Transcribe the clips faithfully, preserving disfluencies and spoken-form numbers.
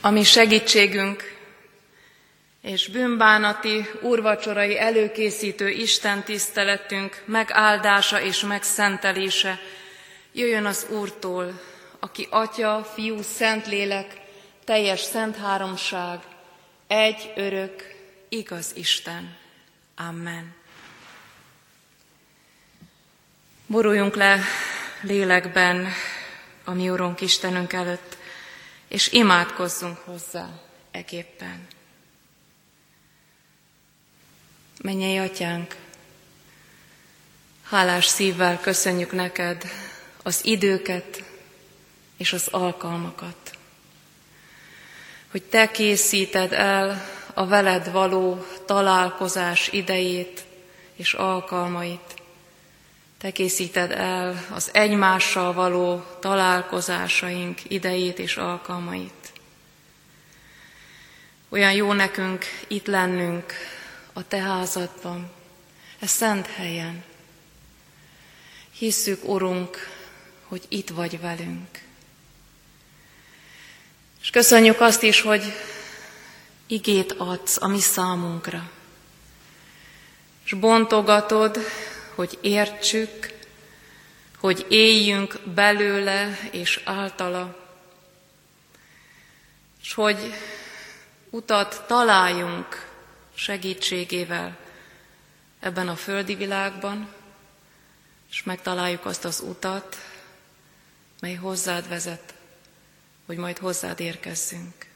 ami segítségünk és bűnbánati, úrvacsorai előkészítő Isten tiszteletünk megáldása és megszentelése jöjjön az Úrtól, aki Atya, Fiú, Szentlélek, teljes szent háromság, egy örök, igaz Isten. Amen. Boruljunk le lélekben a mi Urunk Istenünk előtt, és imádkozzunk hozzá eképpen. Mennyei Atyánk, hálás szívvel köszönjük neked az időket és az alkalmakat, hogy te készíted el a veled való találkozás idejét és alkalmait. Te készíted el az egymással való találkozásaink idejét és alkalmait. Olyan jó nekünk itt lennünk a te házadban, e szent helyen. Hisszük, Urunk, hogy itt vagy velünk. És köszönjük azt is, hogy igét adsz a mi számunkra, és bontogatod, hogy értsük, hogy éljünk belőle és általa, és hogy utat találjunk segítségével ebben a földi világban, és megtaláljuk azt az utat, mely hozzád vezet, hogy majd hozzád érkezzünk.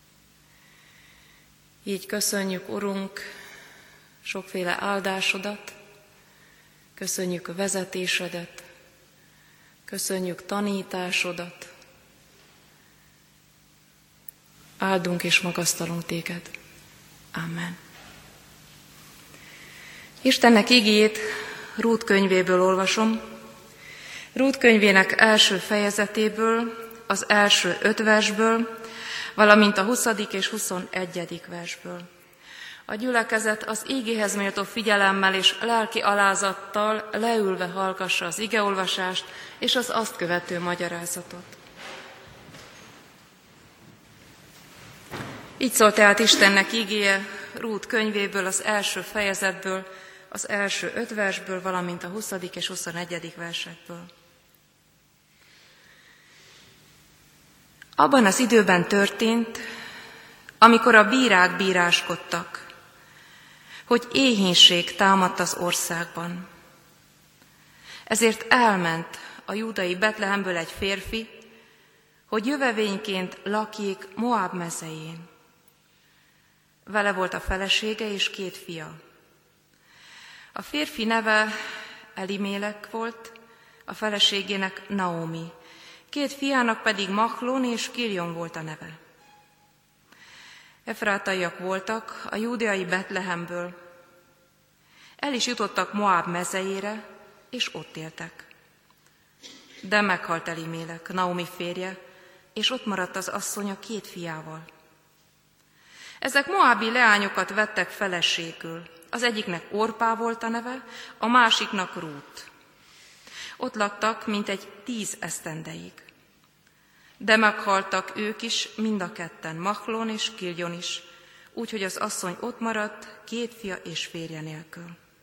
Így köszönjük, Urunk, sokféle áldásodat, köszönjük a vezetésedet, köszönjük tanításodat, áldunk és magasztalunk téged. Amen. Istennek igéjét Rút könyvéből olvasom, Rút könyvének első fejezetéből, az első öt versből, valamint a huszadik és huszonegyedik versből. A gyülekezet az igéhez méltó figyelemmel és lelki alázattal leülve hallgassa az igeolvasást és az azt követő magyarázatot. Így szól tehát Istennek igéje Rút könyvéből, az első fejezetből, az első öt versből, valamint a huszadik és huszonegyedik versekből. Abban az időben történt, amikor a bírák bíráskodtak, hogy éhínség támadt az országban. Ezért elment a júdai Betlehemből egy férfi, hogy jövevényként lakjék Moáb mezején. Vele volt a felesége és két fia. A férfi neve Elimélek volt, a feleségének Naomi, két fiának pedig Machlón és Kiljon volt a neve. Efrátaiak voltak a júdeai Betlehemből. El is jutottak Moáb mezejére, és ott éltek. De meghalt Elimélek, Naomi férje, és ott maradt az asszony a két fiával. Ezek moábi leányokat vettek feleségül. Az egyiknek Orpá volt a neve, a másiknak Rút. Ott laktak mintegy tíz esztendeig. De meghaltak ők is, mind a ketten, Machlón és Kiljon is, úgyhogy az asszony ott maradt, két fia és férje nélkül.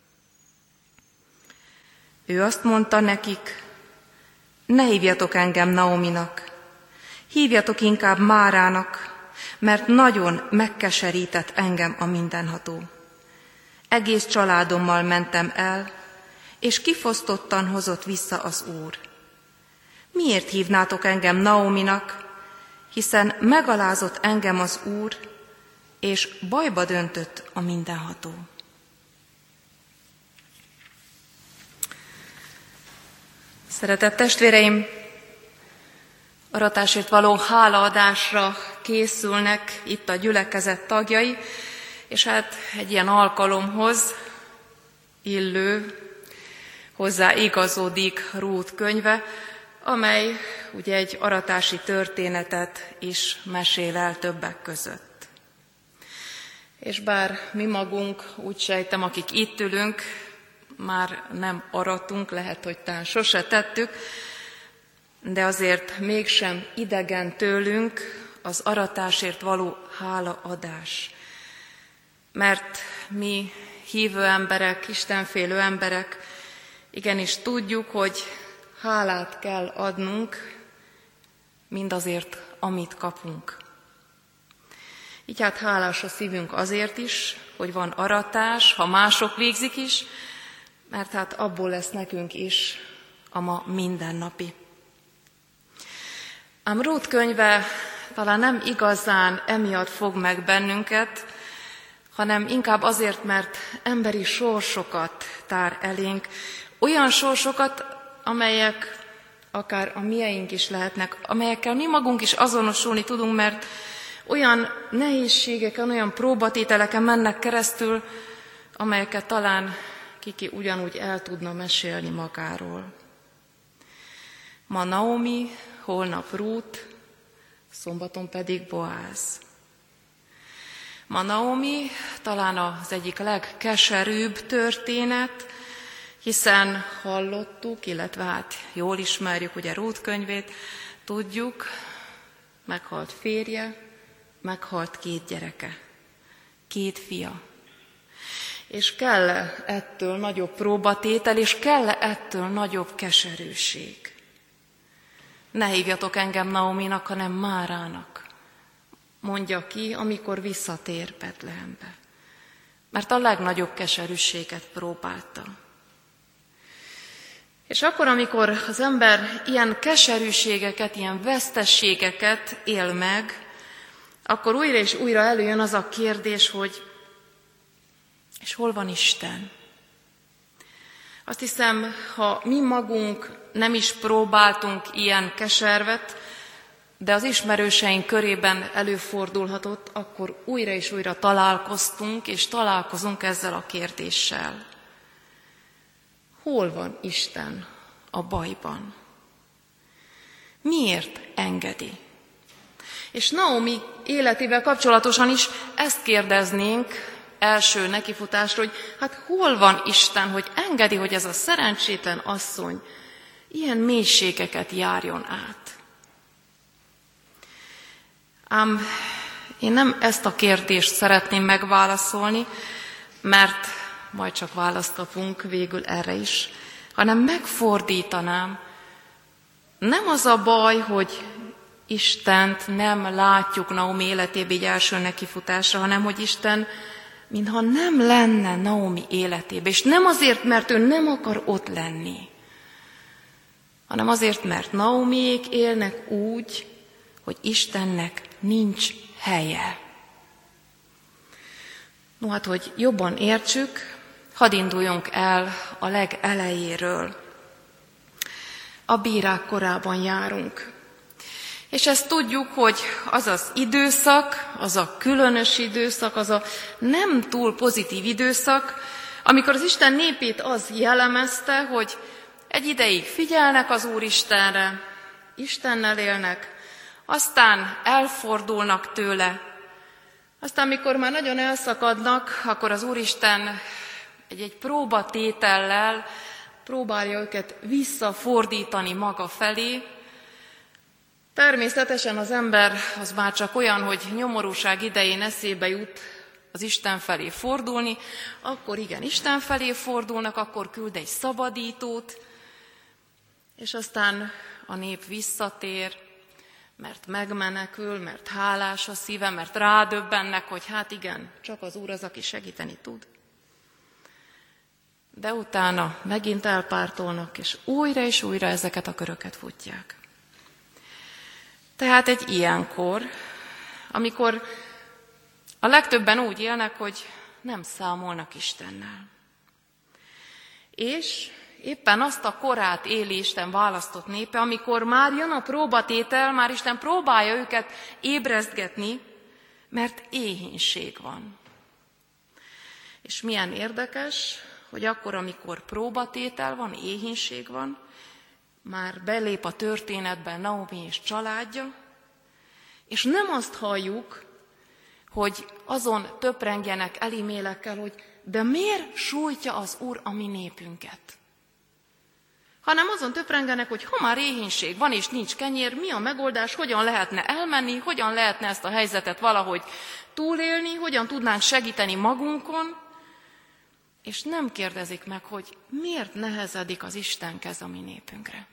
Ő azt mondta nekik, ne hívjatok engem Naominak, hívjatok inkább Márának, mert nagyon megkeserített engem a mindenható. Egész családommal mentem el, és kifosztottan hozott vissza az Úr. Miért hívnátok engem Naominak, hiszen megalázott engem az Úr, és bajba döntött a mindenható. Szeretett testvéreim, aratásért való hálaadásra készülnek itt a gyülekezet tagjai, és hát egy ilyen alkalomhoz illő, hozzá igazodik Rút könyve, amely ugye egy aratási történetet is mesél el többek között. És bár mi magunk, úgy sejtem, akik itt ülünk, már nem aratunk, lehet, hogy talán sose tettük, de azért mégsem idegen tőlünk az aratásért való hálaadás. Mert mi hívő emberek, istenfélő emberek, igenis tudjuk, hogy hálát kell adnunk mindazért, amit kapunk. Így hát hálás a szívünk azért is, hogy van aratás, ha mások végzik is, mert hát abból lesz nekünk is a ma mindennapi. Ám Rút könyve talán nem igazán emiatt fog meg bennünket, hanem inkább azért, mert emberi sorsokat tár elénk, olyan sorsokat, amelyek akár a mieink is lehetnek, amelyekkel mi magunk is azonosulni tudunk, mert olyan nehézségeken, olyan próbatételeken mennek keresztül, amelyeket talán kiki ugyanúgy el tudna mesélni magáról. Ma Naomi, holnap Rút, szombaton pedig Boáz. Ma Naomi talán az egyik legkeserűbb történet, hiszen hallottuk, illetve hát jól ismerjük ugye Rút könyvét, tudjuk, meghalt férje, meghalt két gyereke, két fia. És kell ettől nagyobb próbatétel, és kell ettől nagyobb keserűség. Ne hívjatok engem Naominak, hanem Márának, mondja ki, amikor visszatér Betlehembe. Mert a legnagyobb keserűséget próbálta. És akkor, amikor az ember ilyen keserűségeket, ilyen vesztességeket él meg, akkor újra és újra előjön az a kérdés, hogy és hol van Isten? Azt hiszem, ha mi magunk nem is próbáltunk ilyen keservet, de az ismerőseink körében előfordulhatott, akkor újra és újra találkoztunk, és találkozunk ezzel a kérdéssel. Hol van Isten a bajban? Miért engedi? És Naomi életével kapcsolatosan is ezt kérdeznénk első nekifutásra, hogy hát hol van Isten, hogy engedi, hogy ez a szerencsétlen asszony ilyen mélységeket járjon át. Ám én nem ezt a kérdést szeretném megválaszolni, mert majd csak választ kapunk végül erre is, hanem megfordítanám. Nem az a baj, hogy Istent nem látjuk Naomi életében így első nekifutásra, hanem hogy Isten mintha nem lenne Naomi életében, és nem azért, mert ő nem akar ott lenni, hanem azért, mert Naomiék élnek úgy, hogy Istennek nincs helye. No hát, hogy jobban értsük, hadd induljunk el a legelejéről. A bírák korában járunk. És ezt tudjuk, hogy az az időszak, az a különös időszak, az a nem túl pozitív időszak, amikor az Isten népét az jellemezte, hogy egy ideig figyelnek az Úristenre, Istennel élnek, aztán elfordulnak tőle, aztán mikor már nagyon elszakadnak, akkor az Úristen egy-egy próbatétellel próbálja őket visszafordítani maga felé. Természetesen az ember az már csak olyan, hogy nyomorúság idején eszébe jut az Isten felé fordulni, akkor igen, Isten felé fordulnak, akkor küld egy szabadítót, és aztán a nép visszatér, mert megmenekül, mert hálás a szíve, mert rádöbbennek, hogy hát igen, csak az Úr az, aki segíteni tud. De utána megint elpártolnak, és újra és újra ezeket a köröket futják. Tehát egy ilyenkor, amikor a legtöbben úgy élnek, hogy nem számolnak Istennel. És éppen azt a korát éli Isten választott népe, amikor már jön a próbatétel, már Isten próbálja őket ébresztgetni, mert éhínség van. És milyen érdekes, hogy akkor, amikor próbatétel van, éhínség van, már belép a történetben Naomi és családja, és nem azt halljuk, hogy azon töprengjenek Elimélekkel, hogy de miért sújtja az Úr a mi népünket? hanem azon töprengenek, hogy ha már éhínség van és nincs kenyér, mi a megoldás, hogyan lehetne elmenni, hogyan lehetne ezt a helyzetet valahogy túlélni, hogyan tudnánk segíteni magunkon, és nem kérdezik meg, hogy miért nehezedik az Isten kez a mi népünkre.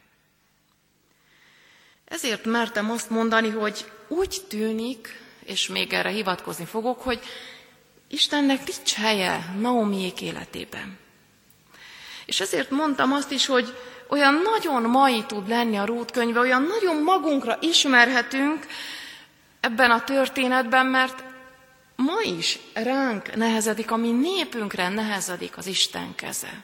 Ezért mertem azt mondani, hogy úgy tűnik, és még erre hivatkozni fogok, hogy Istennek nincs helye Naomiék életében. És ezért mondtam azt is, hogy olyan nagyon mai tud lenni a Rút könyve, olyan nagyon magunkra ismerhetünk ebben a történetben, mert ma is ránk nehezedik, a mi népünkre nehezedik az Isten keze.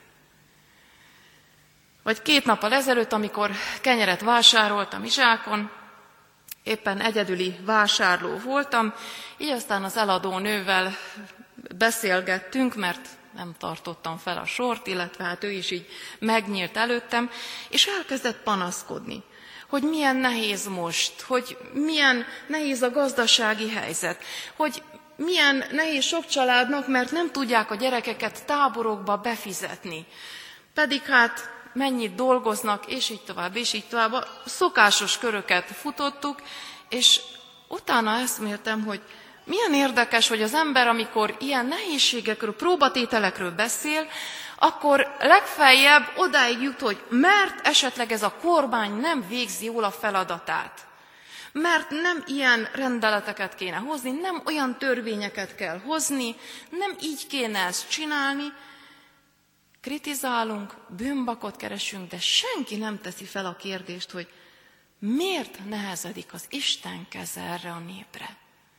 Vagy két nappal ezelőtt, amikor kenyeret vásároltam Izsákon, éppen egyedüli vásárló voltam, így aztán az eladó nővel beszélgettünk, mert nem tartottam fel a sort, illetve hát ő is így megnyílt előttem, és elkezdett panaszkodni, hogy milyen nehéz most, hogy milyen nehéz a gazdasági helyzet, hogy milyen nehéz sok családnak, mert nem tudják a gyerekeket táborokba befizetni. Pedig hát mennyit dolgoznak, és így tovább, és így tovább. A szokásos köröket futottuk, és utána eszméltem, hogy milyen érdekes, hogy az ember, amikor ilyen nehézségekről, próbatételekről beszél, akkor legfeljebb odáig jut, hogy mert esetleg ez a kormány nem végzi jól a feladatát. Mert nem ilyen rendeleteket kéne hozni, nem olyan törvényeket kell hozni, nem így kéne ezt csinálni. Kritizálunk, bűnbakot keresünk, de senki nem teszi fel a kérdést, hogy miért nehezedik az Isten keze erre a népre.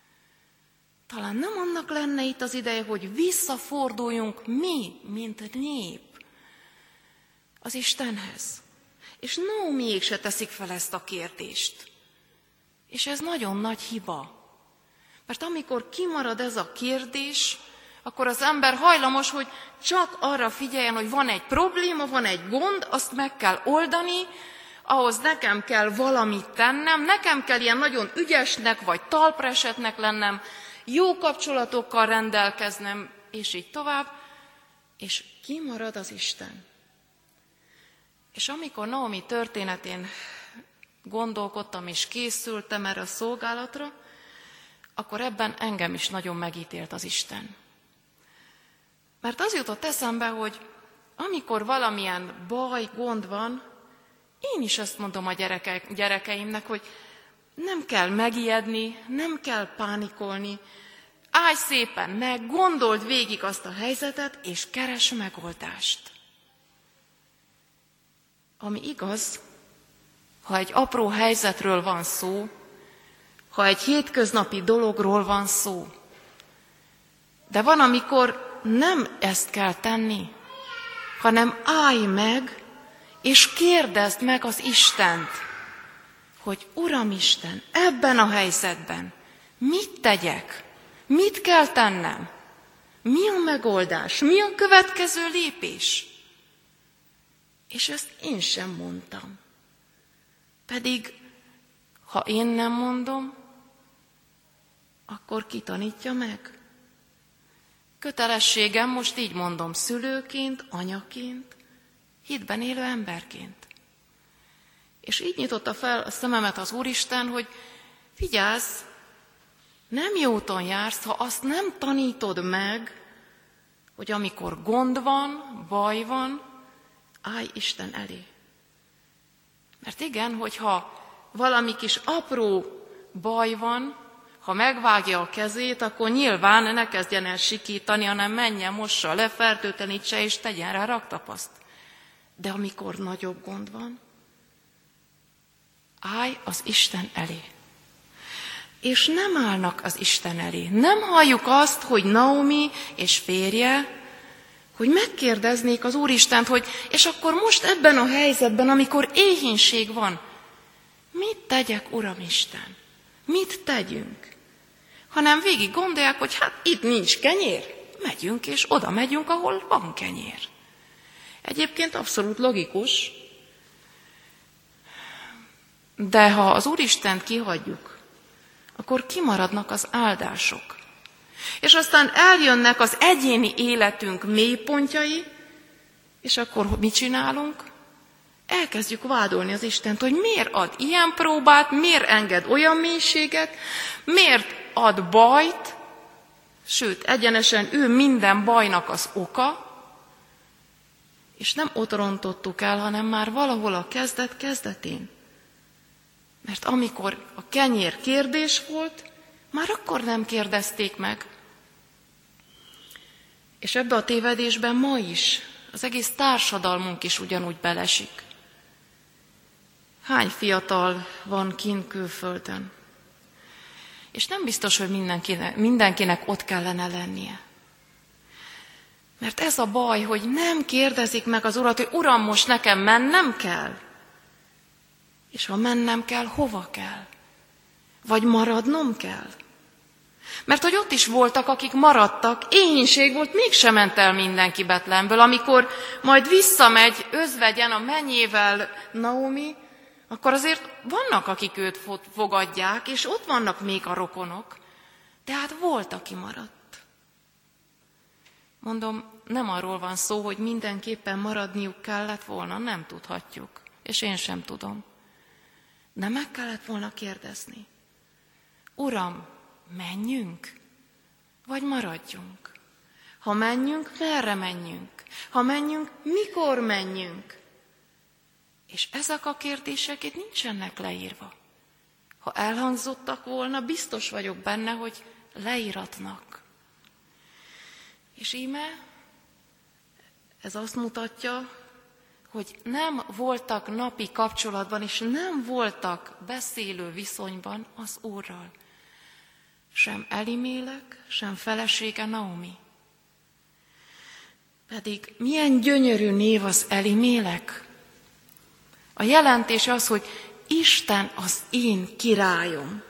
Talán nem annak lenne itt az ideje, hogy visszaforduljunk mi, mint nép, az Istenhez. És Naomiék se teszik fel ezt a kérdést. És ez nagyon nagy hiba. Mert amikor kimarad ez a kérdés, akkor az ember hajlamos, hogy csak arra figyeljen, hogy van egy probléma, van egy gond, azt meg kell oldani, ahhoz nekem kell valamit tennem, nekem kell ilyen nagyon ügyesnek vagy talpresetnek lennem, jó kapcsolatokkal rendelkeznem, és így tovább, és kimarad az Isten. És amikor Naomi történetén gondolkodtam és készültem erre a szolgálatra, akkor ebben engem is nagyon megítélt az Isten. Mert az jutott eszembe, hogy amikor valamilyen baj, gond van, én is azt mondom a gyereke, gyerekeimnek, hogy nem kell megijedni, nem kell pánikolni, állj szépen meg, gondold végig azt a helyzetet, és keres megoldást. Ami igaz, ha egy apró helyzetről van szó, ha egy hétköznapi dologról van szó, de van, amikor nem ezt kell tenni, hanem állj meg, és kérdezd meg az Istent, hogy Uram Isten, ebben a helyzetben mit tegyek, mit kell tennem, mi a megoldás, mi a következő lépés. És ezt én sem mondtam. Pedig, ha én nem mondom, akkor ki tanítja meg? Kötelességem, most így mondom, szülőként, anyaként, hitben élő emberként. És így nyitotta fel a szememet az Úristen, hogy vigyázz, nem jó úton jársz, ha azt nem tanítod meg, hogy amikor gond van, baj van, állj Isten elé. Mert igen, hogyha valami kis apró baj van, ha megvágja a kezét, akkor nyilván ne kezdjen el sikítani, hanem menjen, mossa le, fertőtlenítse és tegyen rá raktapaszt. De amikor nagyobb gond van, állj az Isten elé. És nem állnak az Isten elé. Nem halljuk azt, hogy Naomi és férje, hogy megkérdeznék az Úristent, hogy és akkor most ebben a helyzetben, amikor éhínség van, mit tegyek, Uram Isten? Mit tegyünk? Hanem végig gondolják, hogy hát itt nincs kenyér, megyünk és oda megyünk, ahol van kenyér. Egyébként abszolút logikus, de ha az Úristent kihagyjuk, akkor kimaradnak az áldások. És aztán eljönnek az egyéni életünk mélypontjai, és akkor mit csinálunk? elkezdjük vádolni az Istent, hogy miért ad ilyen próbát, miért enged olyan mélységet, miért ad bajt, sőt, egyenesen ő minden bajnak az oka, és nem ott rontottuk el, hanem már valahol a kezdet kezdetén. Mert amikor a kenyér kérdés volt, már akkor nem kérdezték meg. És ebbe a tévedésben ma is, az egész társadalmunk is ugyanúgy belesik. Hány fiatal van kint külföldön? És nem biztos, hogy mindenkinek, mindenkinek ott kellene lennie. Mert ez a baj, hogy nem kérdezik meg az Urat, hogy Uram, most nekem mennem kell. És ha mennem kell, hova kell? Vagy maradnom kell? Mert hogy ott is voltak, akik maradtak, éhínség volt, mégsem ment el mindenki Betlehemből. Amikor majd visszamegy özvegyen a mennyével Naomi, akkor azért vannak, akik őt fogadják, és ott vannak még a rokonok. Tehát volt, aki maradt. Mondom, nem arról van szó, hogy mindenképpen maradniuk kellett volna, nem tudhatjuk. És én sem tudom. De meg kellett volna kérdezni. Uram, menjünk, vagy maradjunk? Ha menjünk, merre menjünk? Ha menjünk, mikor menjünk? És ezek a kérdések itt nincsenek leírva. Ha elhangzottak volna, biztos vagyok benne, hogy leíratnak. És íme ez azt mutatja, hogy nem voltak napi kapcsolatban, és nem voltak beszélő viszonyban az Úrral. Sem Elimélek, sem felesége Naomi. Pedig milyen gyönyörű név az Elimélek. A jelentése az, hogy Isten az én királyom.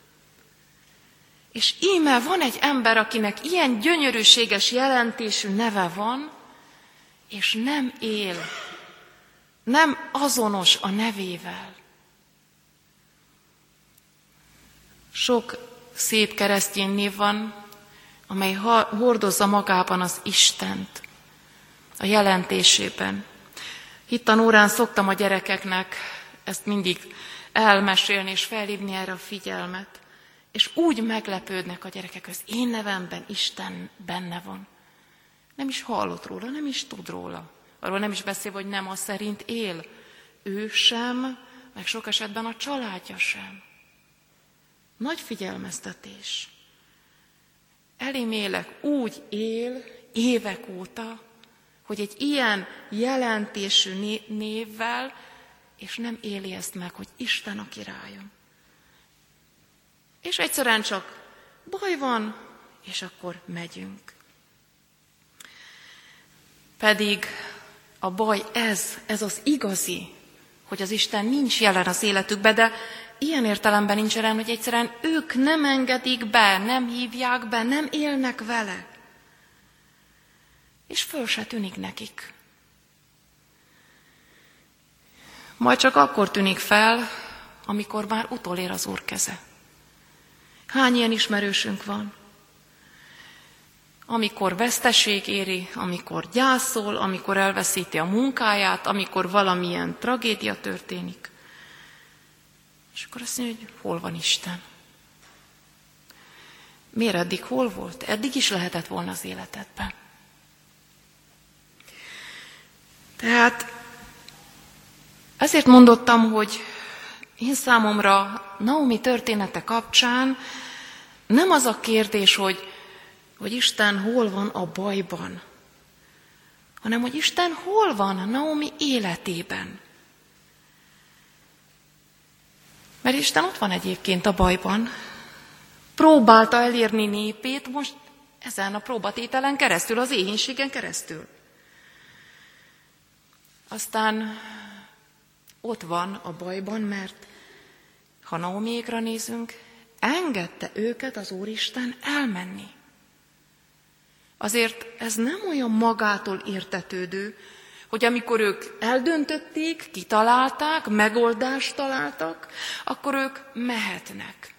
És íme van egy ember, akinek ilyen gyönyörűséges jelentésű neve van, és nem él, nem azonos a nevével. Sok szép keresztény név van, amely hordozza magában az Istent a jelentésében. Hittanórán szoktam a gyerekeknek ezt mindig elmesélni és felhívni erre a figyelmet. És úgy meglepődnek a gyerekek, hogy az én nevemben Isten benne van. Nem is hallott róla, nem is tud róla. Arról nem is beszél, hogy nem az szerint él. Ő sem, meg sok esetben a családja sem. Nagy figyelmeztetés. Elimélek úgy él évek óta, hogy egy ilyen jelentésű névvel, és nem éli ezt meg, hogy Isten a királyom. És egyszerűen csak baj van, és akkor megyünk. Pedig a baj ez, ez az igazi, hogy az Isten nincs jelen az életükbe, de ilyen értelemben nincs jelen, hogy egyszerűen ők nem engedik be, nem hívják be, nem élnek vele. És föl se tűnik nekik. Majd csak akkor tűnik fel, amikor már utolér az Úr keze. Hány ilyen ismerősünk van? Amikor veszteség éri, amikor gyászol, amikor elveszíti a munkáját, amikor valamilyen tragédia történik. És akkor azt mondja, hogy hol van Isten? Miért eddig hol volt? Eddig is lehetett volna az életedben. Tehát ezért mondottam, hogy én számomra Naomi története kapcsán nem az a kérdés, hogy, hogy Isten hol van a bajban, hanem hogy Isten hol van a Naomi életében. Mert Isten ott van egyébként a bajban. Próbálta elérni népét most ezen a próbatételen keresztül, az éhínségen keresztül. Aztán ott van a bajban, mert ha Naomiékra nézünk, engedte őket az Úristen elmenni. Azért ez nem olyan magától értetődő, hogy amikor ők eldöntötték, kitalálták, megoldást találtak, akkor ők mehetnek.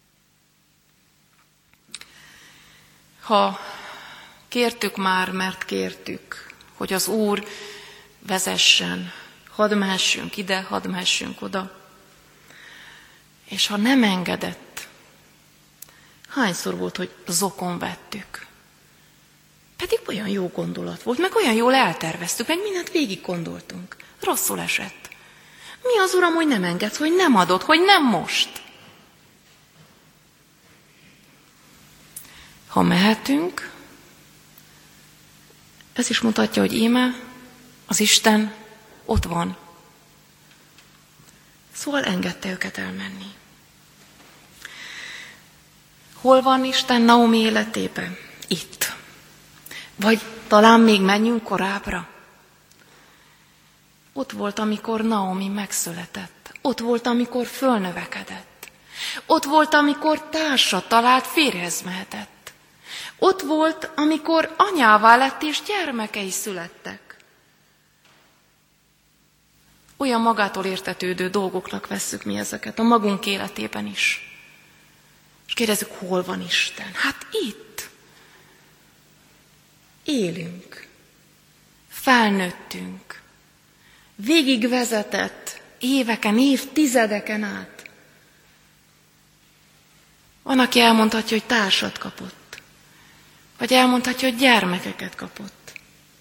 Ha kértük már, mert kértük, hogy az Úr vezessen, hadd mehessünk ide, hadd mehessünk oda. És ha nem engedett, hányszor volt, hogy zokon vettük? Pedig olyan jó gondolat volt, meg olyan jól elterveztük, meg mindent végig gondoltunk. Rosszul esett. Mi az, Uram, hogy nem engedsz, hogy nem adod, hogy nem most? Ha mehetünk, ez is mutatja, hogy íme az Isten ott van. Szóval engedte őket elmenni. Hol van Isten Naomi életében? Itt. Vagy talán még menjünk korábbra? Ott volt, amikor Naomi megszületett. Ott volt, amikor fölnövekedett. Ott volt, amikor társat talált, férjhez mehetett. Ott volt, amikor anyává lett, és gyermekei születtek. Olyan magától értetődő dolgoknak vesszük mi ezeket, a magunk életében is. És kérdezzük, hol van Isten? Hát itt. Élünk. Felnőttünk. Végigvezetett éveken, évtizedeken át. Van, aki elmondhatja, hogy társat kapott. Vagy elmondhatja, hogy gyermekeket kapott.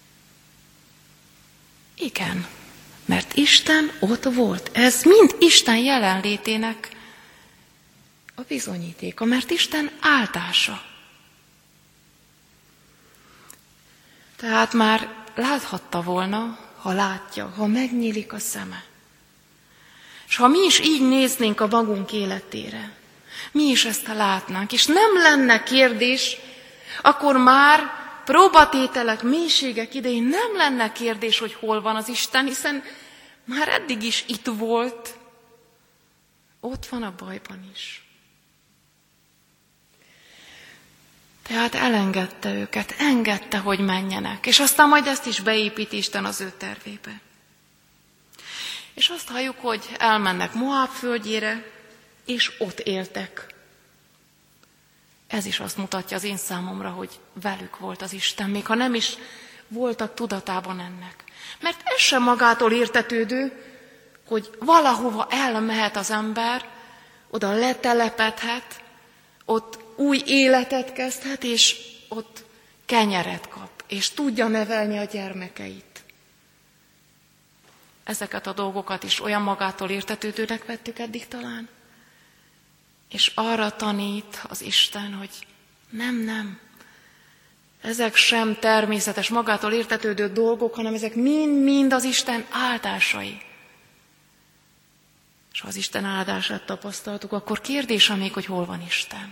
Igen, mert Isten ott volt. Ez mind Isten jelenlétének a bizonyítéka, mert Isten áldása. Tehát már láthatta volna, ha látja, ha megnyílik a szeme. És ha mi is így néznénk a magunk életére, mi is ezt látnánk, és nem lenne kérdés, akkor már próbatételek, mélységek idején nem lenne kérdés, hogy hol van az Isten, hiszen már eddig is itt volt, ott van a bajban is. Tehát elengedte őket, engedte, hogy menjenek, és aztán majd ezt is beépít Isten az ő tervébe. És azt halljuk, hogy elmennek Moab földjére, és ott éltek. Ez is azt mutatja az én számomra, hogy velük volt az Isten, még ha nem is voltak tudatában ennek. Mert ez sem magától értetődő, hogy valahova elmehet az ember, oda letelepedhet, ott új életet kezdhet, és ott kenyeret kap, és tudja nevelni a gyermekeit. Ezeket a dolgokat is olyan magától értetődőnek vettük eddig talán. És arra tanít az Isten, hogy nem, nem. Ezek sem természetes, magától értetődő dolgok, hanem ezek mind-mind az Isten áldásai. És ha az Isten áldását tapasztaltuk, akkor kérdés még, hogy hol van Isten.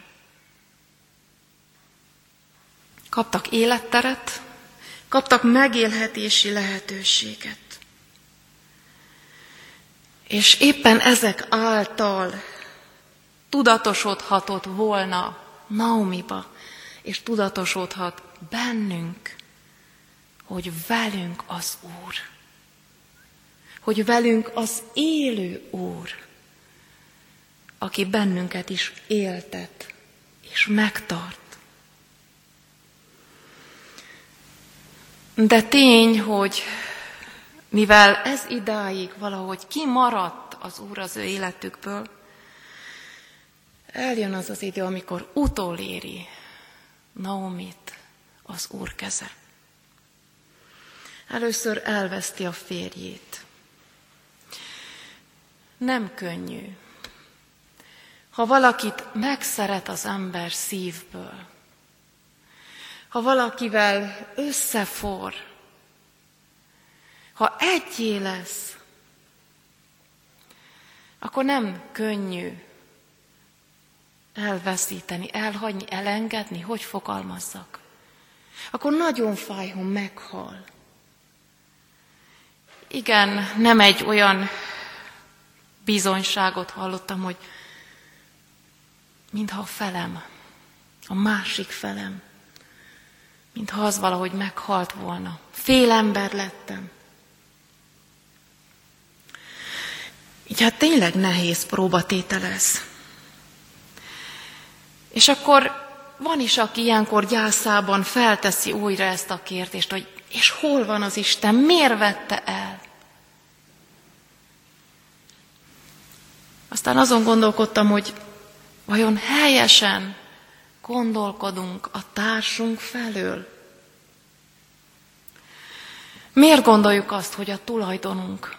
Kaptak életteret, kaptak megélhetési lehetőséget. És éppen ezek által tudatosodhatott volna Naomiba, és tudatosodhat bennünk, hogy velünk az Úr. Hogy velünk az élő Úr, aki bennünket is éltet, és megtart. De tény, hogy mivel ez idáig valahogy kimaradt az Úr az ő életükből, eljön az az idő, amikor utoléri Naomit az Úr keze. Először elveszti a férjét. Nem könnyű. Ha valakit megszeret az ember szívből, ha valakivel összefor, ha egyé lesz, akkor nem könnyű elveszíteni, elhagyni, elengedni, hogy fogalmazzak. Akkor nagyon fáj, ha meghal. Igen, nem egy olyan bizonyságot hallottam, hogy mintha a felem, a másik felem, mintha az valahogy meghalt volna. Fél ember lettem. Így hát tényleg nehéz próbatétel ez. És akkor van is, aki ilyenkor gyászában felteszi újra ezt a kérdést, hogy és hol van az Isten, miért vette el? Aztán azon gondolkodtam, hogy vajon helyesen gondolkodunk a társunk felől? Miért gondoljuk azt, hogy a tulajdonunk?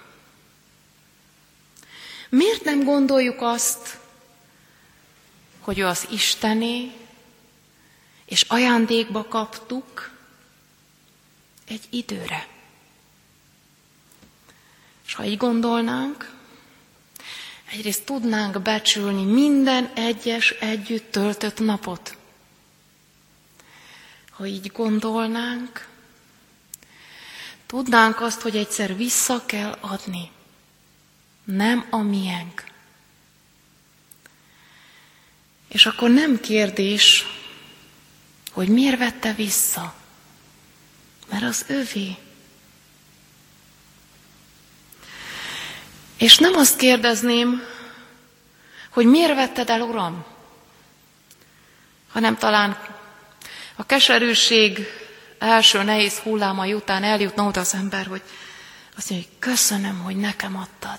Miért nem gondoljuk azt, hogy ő az Istené, és ajándékba kaptuk egy időre? És ha így gondolnánk, egyrészt tudnánk becsülni minden egyes együtt töltött napot. Ha így gondolnánk, tudnánk azt, hogy egyszer vissza kell adni. Nem a miénk. És akkor nem kérdés, hogy miért vette vissza. Mert az övé. És nem azt kérdezném, hogy miért vetted el, Uram, hanem talán a keserűség első nehéz hullámai után eljutna oda az ember, hogy azt mondja, hogy köszönöm, hogy nekem adtad.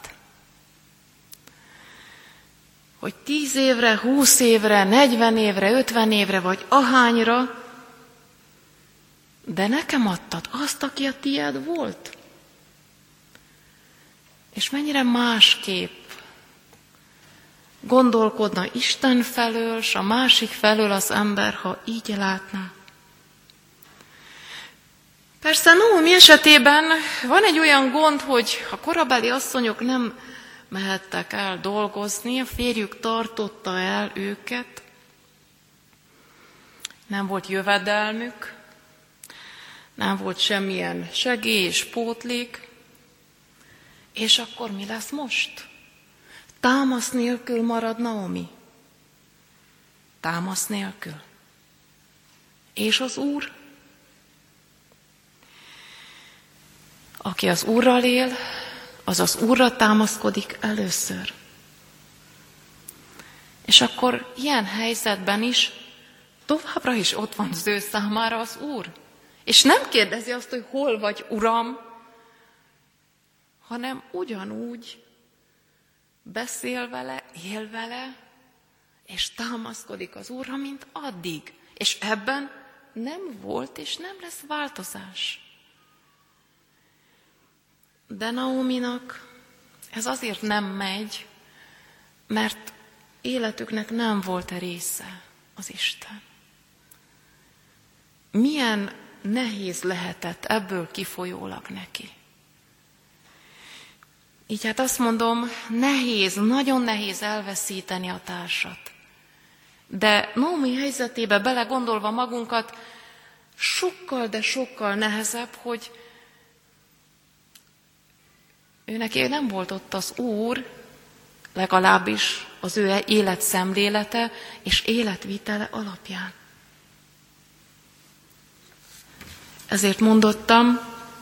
Hogy tíz évre, húsz évre, negyven évre, ötven évre, vagy ahányra, de nekem adtad azt, aki a tiéd volt. És mennyire másképp gondolkodna Isten felől, s a másik felől az ember, ha így látná. Persze Naomi esetében van egy olyan gond, hogy a korabeli asszonyok nem mehettek el dolgozni, a férjük tartotta el őket, nem volt jövedelmük, nem volt semmilyen segély és pótlék, és akkor mi lesz most? Támasz nélkül marad Naomi. Támasz nélkül. És az Úr? Aki az Úrral él, az az Úrra támaszkodik először. És akkor ilyen helyzetben is továbbra is ott van az ő számára az Úr. És nem kérdezi azt, hogy hol vagy, Uram, hanem ugyanúgy beszél vele, él vele, és támaszkodik az Úrra, mint addig. És ebben nem volt és nem lesz változás. De Naominak ez azért nem megy, mert életüknek nem volt része az Isten. Milyen nehéz lehetett ebből kifolyólag neki. Így hát azt mondom, nehéz, nagyon nehéz elveszíteni a társat. De Naomi helyzetébe belegondolva magunkat, sokkal, de sokkal nehezebb, hogy ő neki nem volt ott az Úr, legalábbis az ő életszemlélete és életvitele alapján. Ezért mondottam,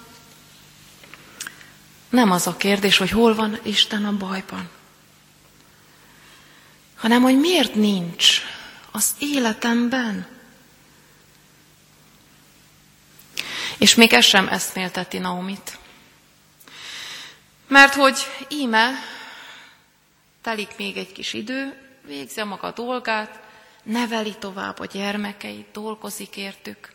nem az a kérdés, hogy hol van Isten a bajban, hanem hogy miért nincs az életemben. És még ez sem eszmélteti Naomit. Mert hogy íme telik még egy kis idő, végzi a maga dolgát, neveli tovább a gyermekeit, dolgozik értük.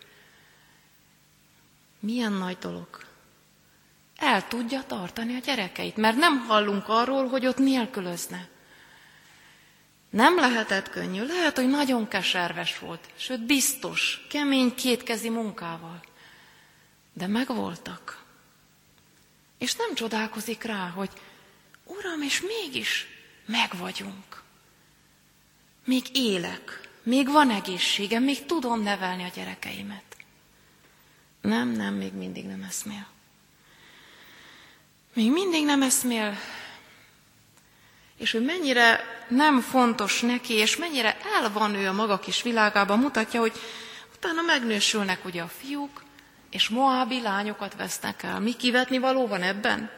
Milyen nagy dolog. El tudja tartani a gyerekeit, mert nem hallunk arról, hogy ott nélkülözne. Nem lehetett könnyű, lehet, hogy nagyon keserves volt, sőt biztos, kemény kétkezi munkával. De megvoltak. És nem csodálkozik rá, hogy Uram, és mégis megvagyunk. Még élek, még van egészségem, még tudom nevelni a gyerekeimet. Nem, nem, még mindig nem eszmél. Még mindig nem eszmél. És hogy mennyire nem fontos neki, és mennyire el van ő a maga kis világában, mutatja, hogy utána megnősülnek ugye a fiúk, és moábi lányokat vesznek el. Mi kivetni való van ebben?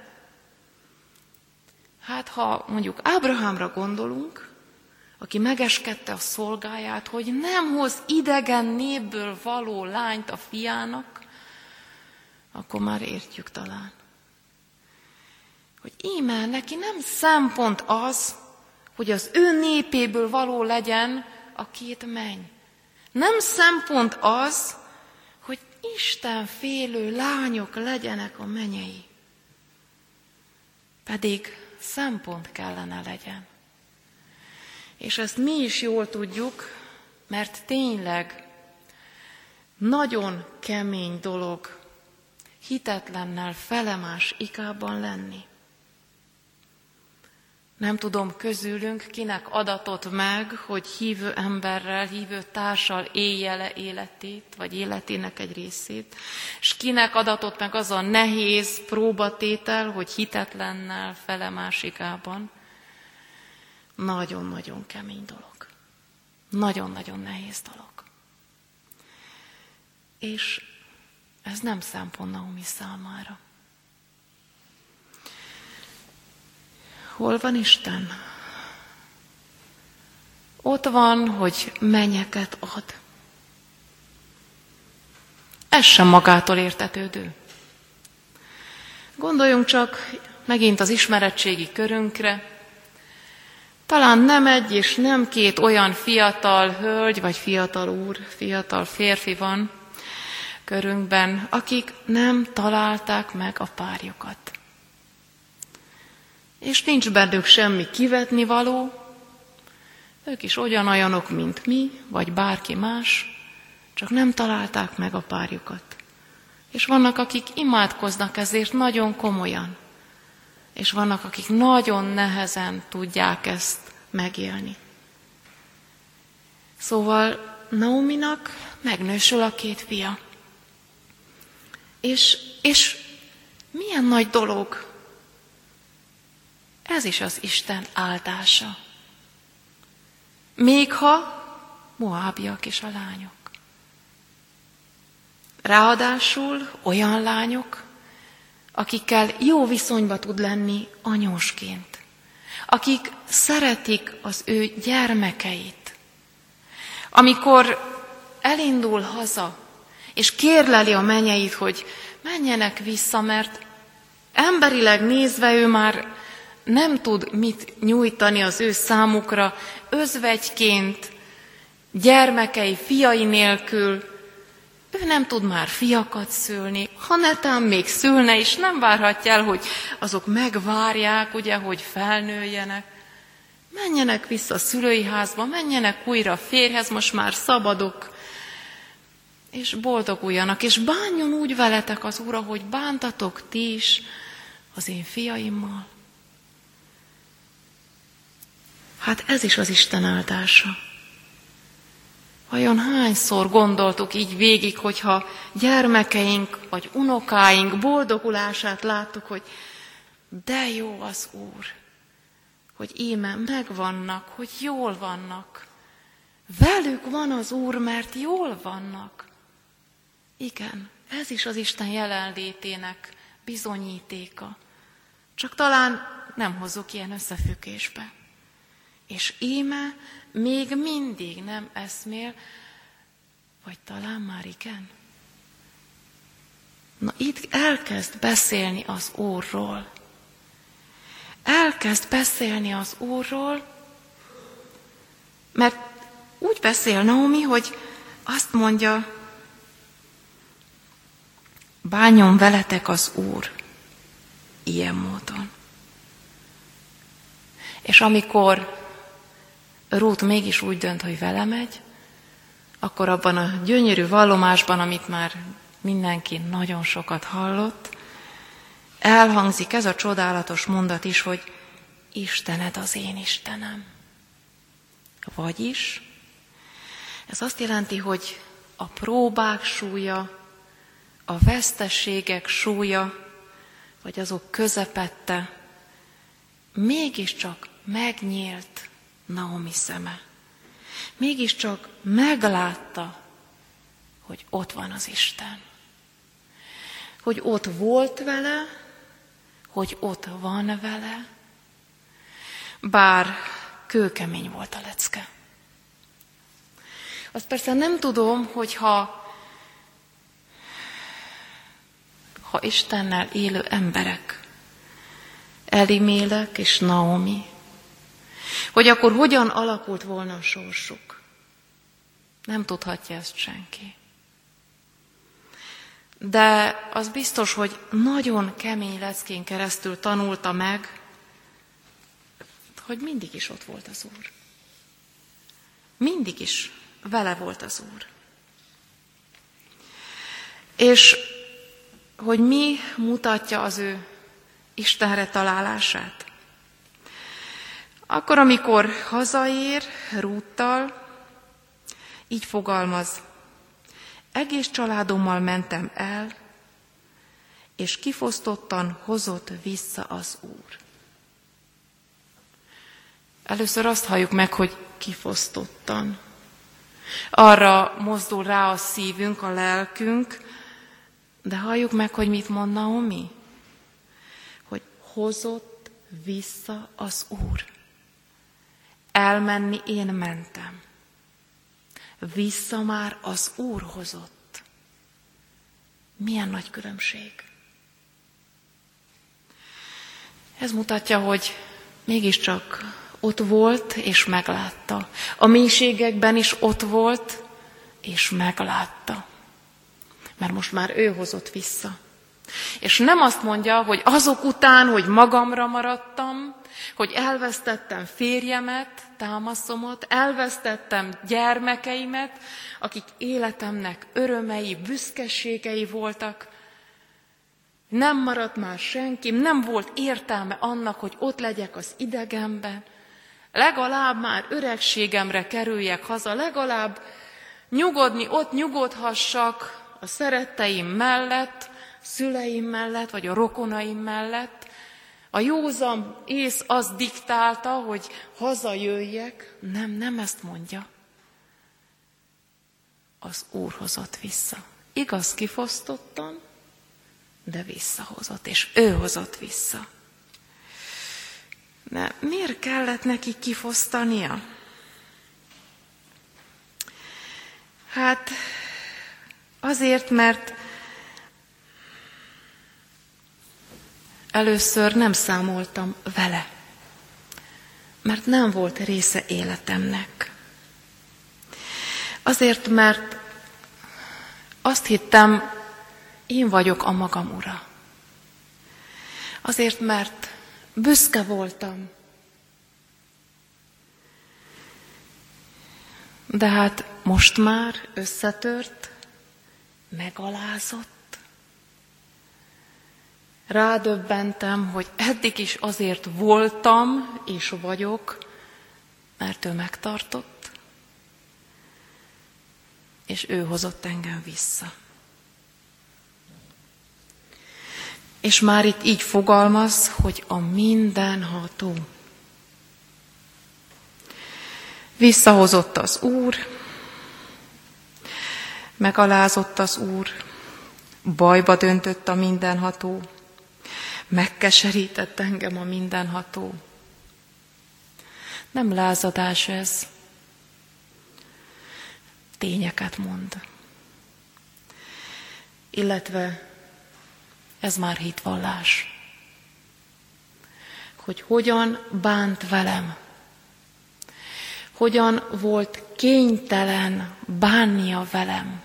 Hát, ha mondjuk Ábrahámra gondolunk, aki megeskedte a szolgáját, hogy nem hoz idegen népből való lányt a fiának, akkor már értjük talán. Hogy íme neki nem szempont az, hogy az ő népéből való legyen a két menny. Nem szempont az, hogy Isten félő lányok legyenek a mennyei. Pedig szempont kellene legyen. És ezt mi is jól tudjuk, mert tényleg nagyon kemény dolog hitetlennel felemás ikában lenni. Nem tudom közülünk, kinek adatott meg, hogy hívő emberrel, hívő társal élje le életét, vagy életének egy részét, és kinek adatott meg az a nehéz próbatétel, hogy hitetlennel fele másikában. Nagyon-nagyon kemény dolog. Nagyon-nagyon nehéz dolog. És ez nem szempont Naomi számára. Hol van Isten? Ott van, hogy mennyeket ad. Ez sem magától értetődő. Gondoljunk csak megint az ismeretségi körünkre. Talán nem egy és nem két olyan fiatal hölgy, vagy fiatal úr, fiatal férfi van körünkben, akik nem találták meg a párjukat. És nincs bennük semmi kivetnivaló, ők is ugyanolyanok, mint mi, vagy bárki más, csak nem találták meg a párjukat. És vannak, akik imádkoznak ezért nagyon komolyan, és vannak, akik nagyon nehezen tudják ezt megélni. Szóval Naominak megnősül a két fia. És, és milyen nagy dolog! Ez is az Isten áldása. Még ha moábiak is a lányok. Ráadásul olyan lányok, akikkel jó viszonyba tud lenni anyósként. Akik szeretik az ő gyermekeit. Amikor elindul haza, és kérleli a mennyeit, hogy menjenek vissza, mert emberileg nézve ő már nem tud mit nyújtani az ő számukra, özvegyként, gyermekei, fiai nélkül. Ő nem tud már fiakat szülni, ha netán még szülne is, nem várhatja el, hogy azok megvárják, ugye, hogy felnőjenek. Menjenek vissza a szülői házba, menjenek újra a férjhez, most már szabadok, és boldoguljanak, és bánjon úgy veletek az Úr, hogy bántatok ti is az én fiaimmal. Hát ez is az Isten áldása. Vajon hányszor gondoltuk így végig, hogyha gyermekeink vagy unokáink boldogulását láttuk, hogy de jó az Úr, hogy íme megvannak, hogy jól vannak. Velük van az Úr, mert jól vannak. Igen, ez is az Isten jelenlétének bizonyítéka. Csak talán nem hozzuk ilyen összefüggésbe. És íme még mindig nem eszmél, vagy talán már igen. Na itt elkezd beszélni az Úrról. Elkezd beszélni az Úrról, mert úgy beszél Naomi, hogy azt mondja, bánjon veletek az Úr ilyen módon. És amikor Rút mégis úgy dönt, hogy vele megy, akkor abban a gyönyörű vallomásban, amit már mindenki nagyon sokat hallott, elhangzik ez a csodálatos mondat is, hogy Istened az én Istenem. Vagyis ez azt jelenti, hogy a próbák súlya, a veszteségek súlya, vagy azok közepette mégiscsak megnyílt Naomi szeme. Mégiscsak meglátta, hogy ott van az Isten. Hogy ott volt vele, hogy ott van vele, bár kőkemény volt a lecke. Azt persze nem tudom, hogyha ha Istennel élő emberek, Elimélek és Naomi, hogy akkor hogyan alakult volna a sorsuk. Nem tudhatja ezt senki. De az biztos, hogy nagyon kemény leckén keresztül tanulta meg, hogy mindig is ott volt az Úr. Mindig is vele volt az Úr. És hogy mi mutatja az ő Istenre találását? Akkor, amikor hazaér Rúttal, így fogalmaz: egész családommal mentem el, és kifosztottan hozott vissza az Úr. Először azt halljuk meg, hogy kifosztottan. Arra mozdul rá a szívünk, a lelkünk, de halljuk meg, hogy mit mond Naomi? Hogy hozott vissza az Úr. Elmenni én mentem. Vissza már az Úr hozott. Milyen nagy különbség. Ez mutatja, hogy mégiscsak ott volt és meglátta. A mélységekben is ott volt és meglátta. Mert most már ő hozott vissza. És nem azt mondja, hogy azok után, hogy magamra maradtam, hogy elvesztettem férjemet, támaszomot, elvesztettem gyermekeimet, akik életemnek örömei, büszkeségei voltak. Nem maradt már senki, nem volt értelme annak, hogy ott legyek az idegenben. Legalább már öregségemre kerüljek haza, legalább nyugodni, ott nyugodhassak a szeretteim mellett, szüleim mellett, vagy a rokonaim mellett. A józan ész az diktálta, hogy hazajöjjek. Nem, nem ezt mondja. Az Úr hozott vissza. Igaz, kifosztottan, de visszahozott, és ő hozott vissza. De miért kellett neki kifosztania? Hát azért, mert először nem számoltam vele, mert nem volt része életemnek. Azért, mert azt hittem, én vagyok a magam ura. Azért, mert büszke voltam. De hát most már összetört, megalázott. Rádöbbentem, hogy eddig is azért voltam és vagyok, mert ő megtartott, és ő hozott engem vissza. És már itt így fogalmaz, hogy a mindenható. Visszahozott az Úr, megalázott az Úr, bajba döntött a mindenható, megkeserített engem a mindenható. Nem lázadás ez, tényeket mond. Illetve ez már hitvallás. Hogy hogyan bánt velem. Hogyan volt kénytelen bánnia velem.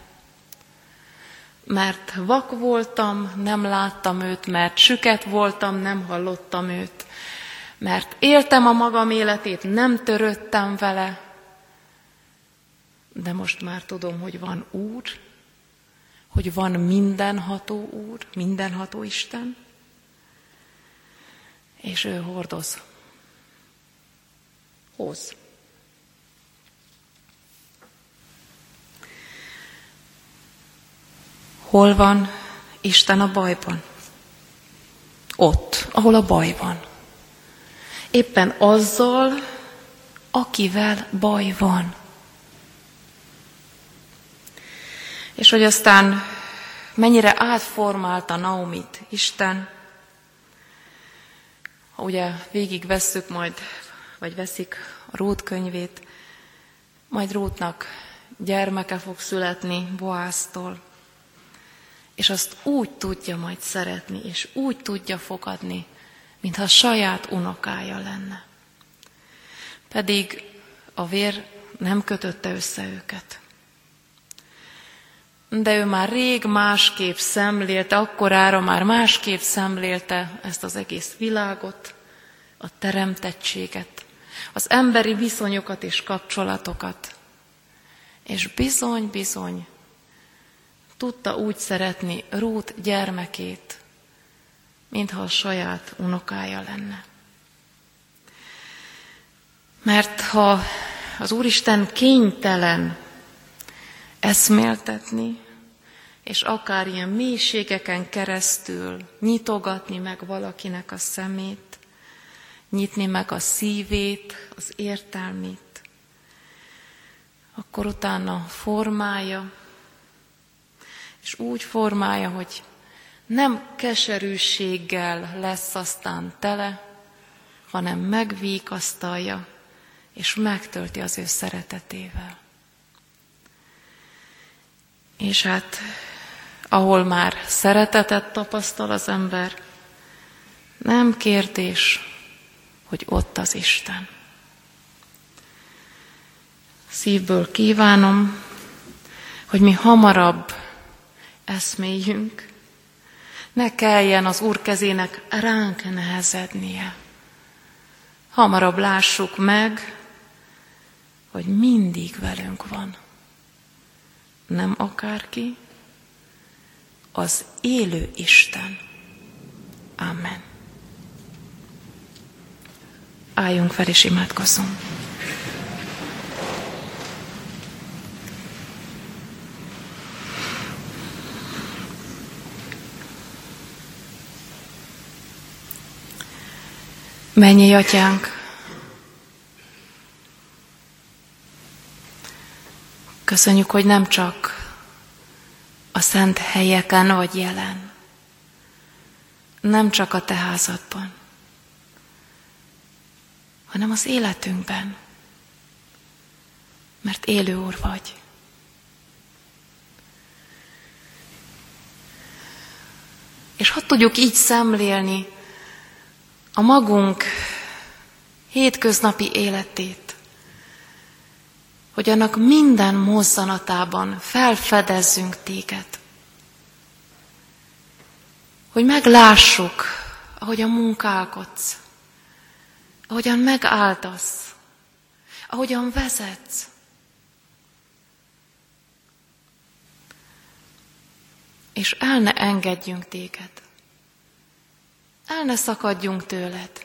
Mert vak voltam, nem láttam őt, mert süket voltam, nem hallottam őt. Mert éltem a magam életét, nem törődtem vele. De most már tudom, hogy van Úr, hogy van mindenható Úr, mindenható Isten, és ő hordoz. Hoz. Hol van Isten a bajban? Ott, ahol a baj van. Éppen azzal, akivel baj van. És hogy aztán mennyire átformálta Naomit Isten, ha ugye végigvesszük majd, vagy veszik a Rút könyvét, majd Rútnak gyermeke fog születni Boáztól, és azt úgy tudja majd szeretni, és úgy tudja fogadni, mintha saját unokája lenne. Pedig a vér nem kötötte össze őket. De ő már rég másképp szemlélte, akkorára már másképp szemlélte ezt az egész világot, a teremtettséget, az emberi viszonyokat és kapcsolatokat. És bizony, bizony, tudta úgy szeretni Rút gyermekét, mintha a saját unokája lenne. Mert ha az Úristen kénytelen eszméltetni, és akár ilyen mélységeken keresztül nyitogatni meg valakinek a szemét, nyitni meg a szívét, az értelmét, akkor utána formálja, és úgy formálja, hogy nem keserűséggel lesz aztán tele, hanem megvígasztalja, és megtölti az ő szeretetével. És hát, ahol már szeretetet tapasztal az ember, nem kérdés, hogy ott az Isten. Szívből kívánom, hogy mi hamarabb eszméljünk, ne kelljen az Úr kezének ránk nehezednie. Hamarabb lássuk meg, hogy mindig velünk van. Nem akárki, az élő Isten. Amen. Álljunk fel és imádkozzunk. Mennyei Atyánk, köszönjük, hogy nem csak a szent helyeken vagy jelen, nem csak a Te házadban, hanem az életünkben, mert élő Úr vagy. És hadd tudjuk így szemlélni a magunk hétköznapi életét, hogy annak minden mozzanatában felfedezzünk Téged. Hogy meglássuk, ahogyan munkálkodsz, ahogyan megáldasz, ahogyan vezetsz. És el ne engedjünk Téged. El ne szakadjunk tőled.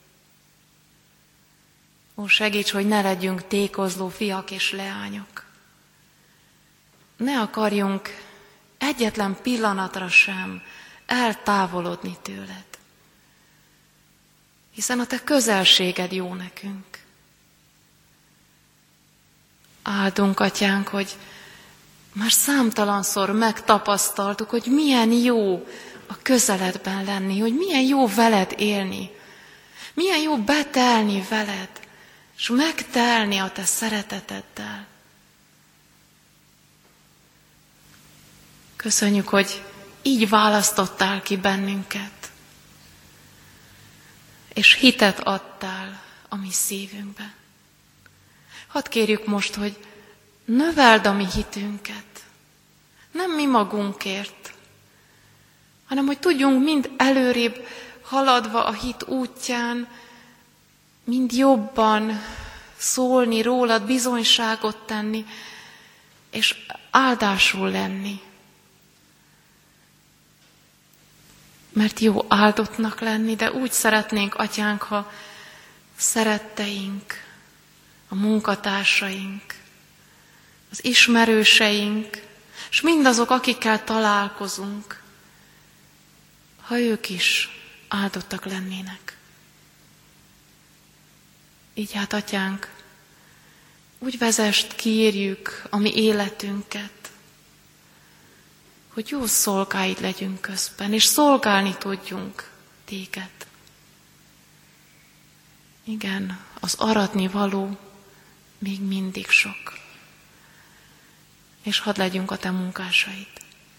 Ó, segíts, hogy ne legyünk tékozló fiak és leányok. Ne akarjunk egyetlen pillanatra sem eltávolodni tőled. Hiszen a Te közelséged jó nekünk. Áldunk, Atyánk, hogy már számtalanszor megtapasztaltuk, hogy milyen jó a közeledben lenni, hogy milyen jó veled élni, milyen jó betelni veled, és megtelni a Te szereteteddel. Köszönjük, hogy így választottál ki bennünket, és hitet adtál a mi szívünkbe. Hadd kérjük most, hogy növeld a mi hitünket, nem mi magunkért, hanem hogy tudjunk mind előrébb haladva a hit útján, mind jobban szólni rólad, bizonyságot tenni, és áldásul lenni. Mert jó áldottnak lenni, de úgy szeretnénk, Atyánk, ha szeretteink, a munkatársaink, az ismerőseink, és mindazok, akikkel találkozunk, ha ők is áldottak lennének. Így hát, Atyánk, úgy vezest, kérjük a mi életünket, hogy jó szolgáid legyünk közben, és szolgálni tudjunk Téged. Igen, az aratni való még mindig sok. És hadd legyünk a Te munkásaid.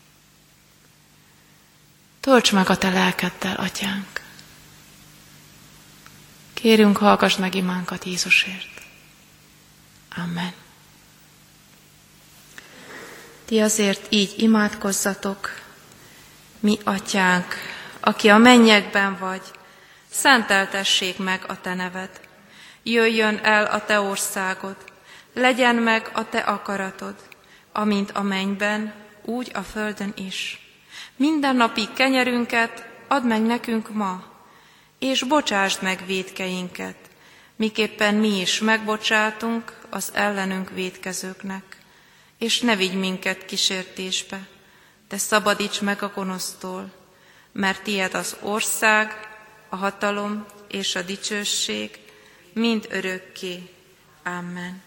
Tölts meg a Te lelkeddel, Atyánk. Kérünk, hallgass meg imánkat Jézusért. Amen. Ti azért így imádkozzatok: mi atyánk, aki a mennyekben vagy, szenteltessék meg a te neved. Jöjjön el a te országod, legyen meg a te akaratod, amint a mennyben, úgy a földön is. Mindennapi kenyerünket add meg nekünk ma, és bocsásd meg vétkeinket, miképpen mi is megbocsátunk az ellenünk vétkezőknek. És ne vigy minket kísértésbe, de szabadíts meg a gonosztól, mert tiéd az ország, a hatalom és a dicsőség mind örökké. Amen.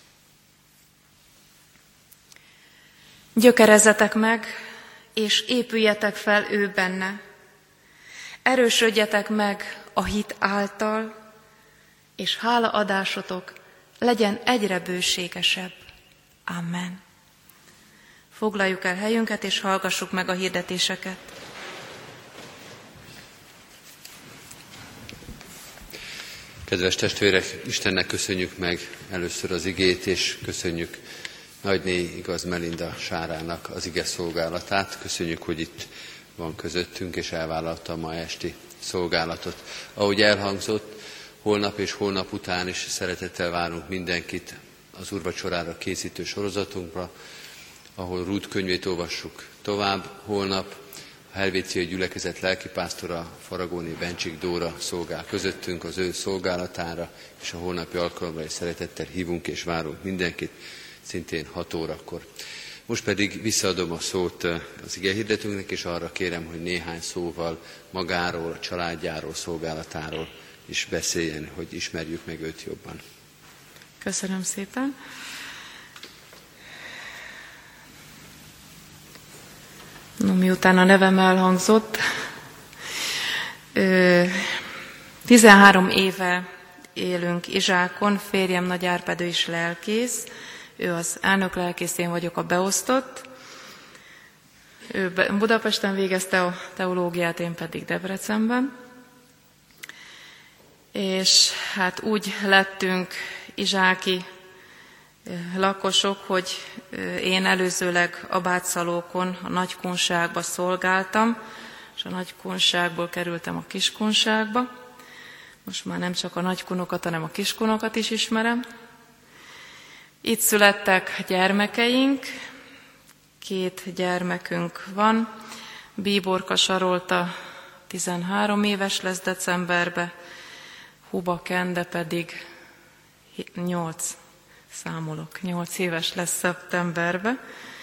Gyökerezzetek meg, és épüljetek fel ő benne. Erősödjetek meg a hit által, és hálaadásotok legyen egyre bőségesebb. Amen. Foglaljuk el helyünket, és hallgassuk meg a hirdetéseket. Kedves testvérek, Istennek köszönjük meg először az igét, és köszönjük Nagyné Igaz Melinda Sárának az ige szolgálatát. Köszönjük, hogy itt van közöttünk, és elvállalta a ma esti szolgálatot. Ahogy elhangzott, holnap és holnap után is szeretettel várunk mindenkit az úrvacsorára készítő sorozatunkra, ahol Rút könyvét olvassuk tovább. Holnap a helvéciai gyülekezet lelkipásztora, Faragóné Bencsik Dóra szolgál közöttünk az ő szolgálatára, és a holnapi alkalomra is szeretettel hívunk és várunk mindenkit, szintén hat órakor. Most pedig visszaadom a szót az igehirdetőnknek, és arra kérem, hogy néhány szóval magáról, a családjáról, szolgálatáról is beszéljen, hogy ismerjük meg őt jobban. Köszönöm szépen. No, miután a nevem elhangzott, tizenhárom éve élünk Izsákon, férjem Nagy Árpád is lelkész, ő az elnök lelkész, én vagyok a beosztott. Ő Budapesten végezte a teológiát, én pedig Debrecenben. És hát úgy lettünk izsáki lakosok, hogy én előzőleg Abátszalókon, a Nagykunságba szolgáltam, és a Nagykunságból kerültem a Kiskunságba. Most már nem csak a nagykunokat, hanem a kiskunokat is ismerem. Itt születtek gyermekeink, két gyermekünk van. Bíborka Sarolta tizenhárom éves lesz decemberbe, Huba Kende pedig nyolc, számolok, nyolc éves lesz szeptemberbe.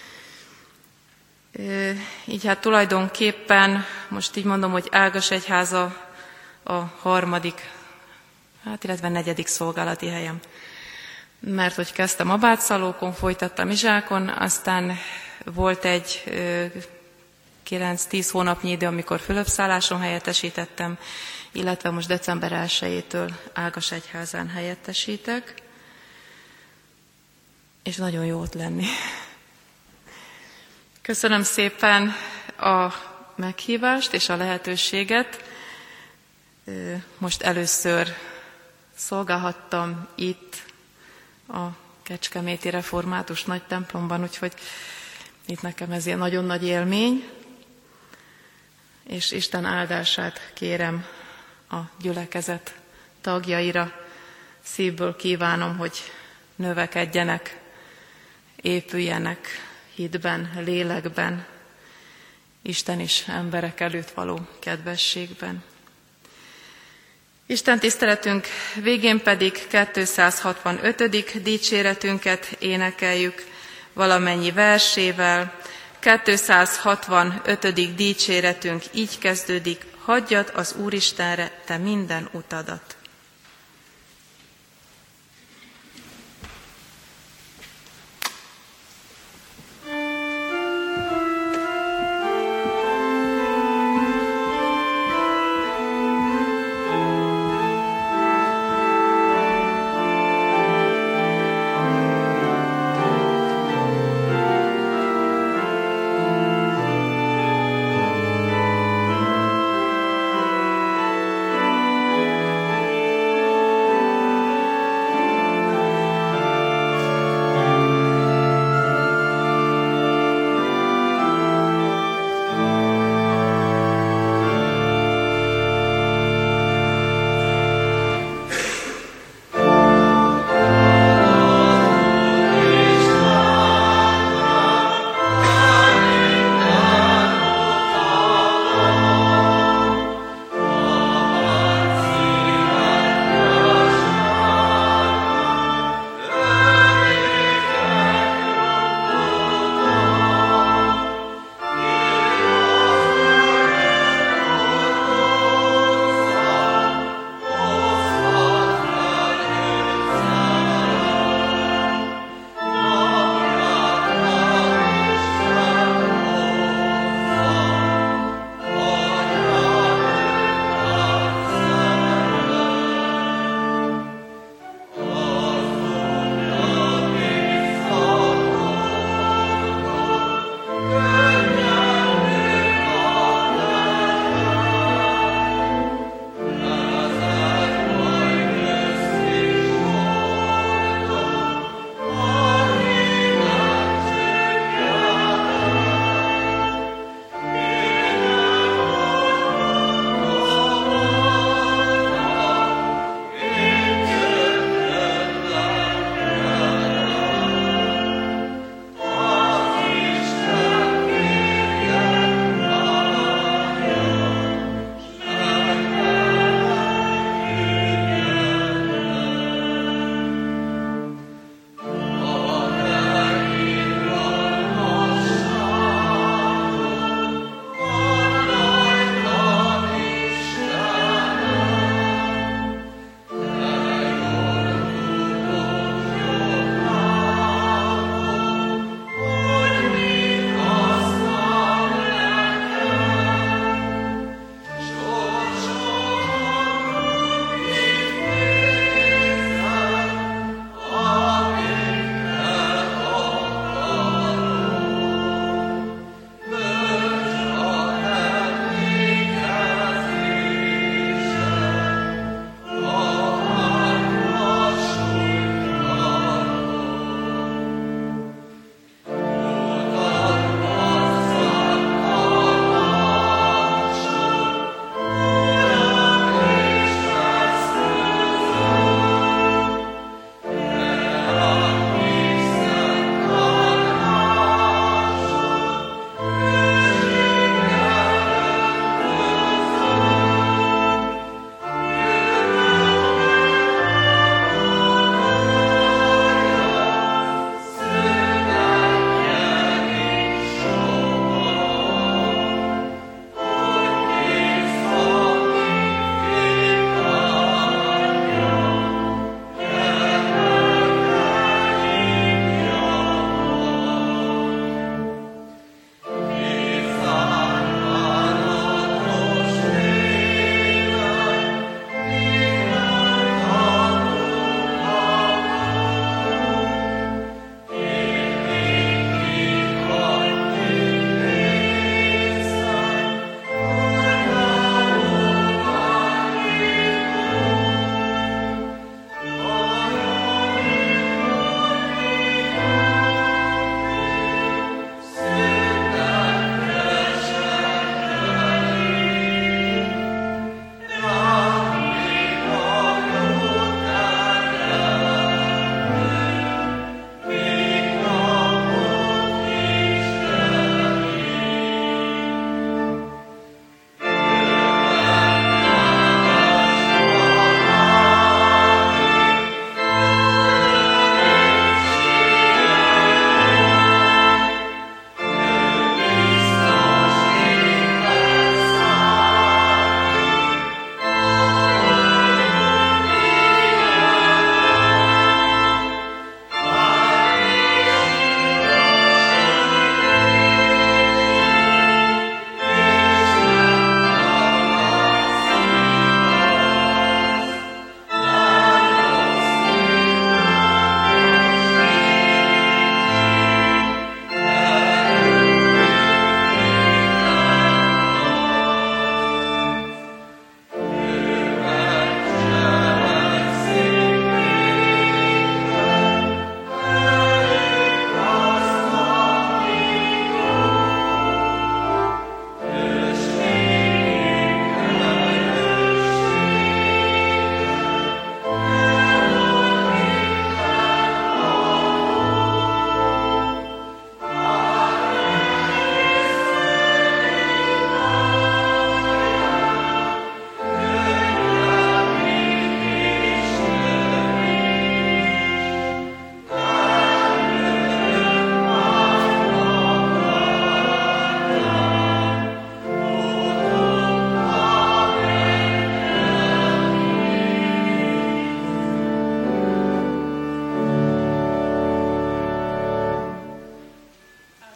Így hát tulajdonképpen, most így mondom, hogy Ágasegyháza a harmadik, hát illetve negyedik szolgálati helyem. Mert hogy kezdtem Abátszalókon, folytattam Izsákon, aztán volt egy kilenc-tíz hónapnyi idő, amikor Fülöpszálláson helyettesítettem, illetve most december elsejétől Ágasegyházán helyettesítek, és nagyon jó ott lenni. Köszönöm szépen a meghívást és a lehetőséget. Most először szolgálhattam itt a Kecskeméti Református nagy templomban, úgyhogy itt nekem ez ilyen nagyon nagy élmény, és Isten áldását kérem a gyülekezet tagjaira. Szívből kívánom, hogy növekedjenek, épüljenek hitben, lélekben, Isten és emberek előtt való kedvességben. Isten tiszteletünk végén pedig kétszázhatvanötödik dicséretünket énekeljük valamennyi versével. kétszázhatvanötödik dicséretünk így kezdődik: hagyjad az Úristenre te minden utadat.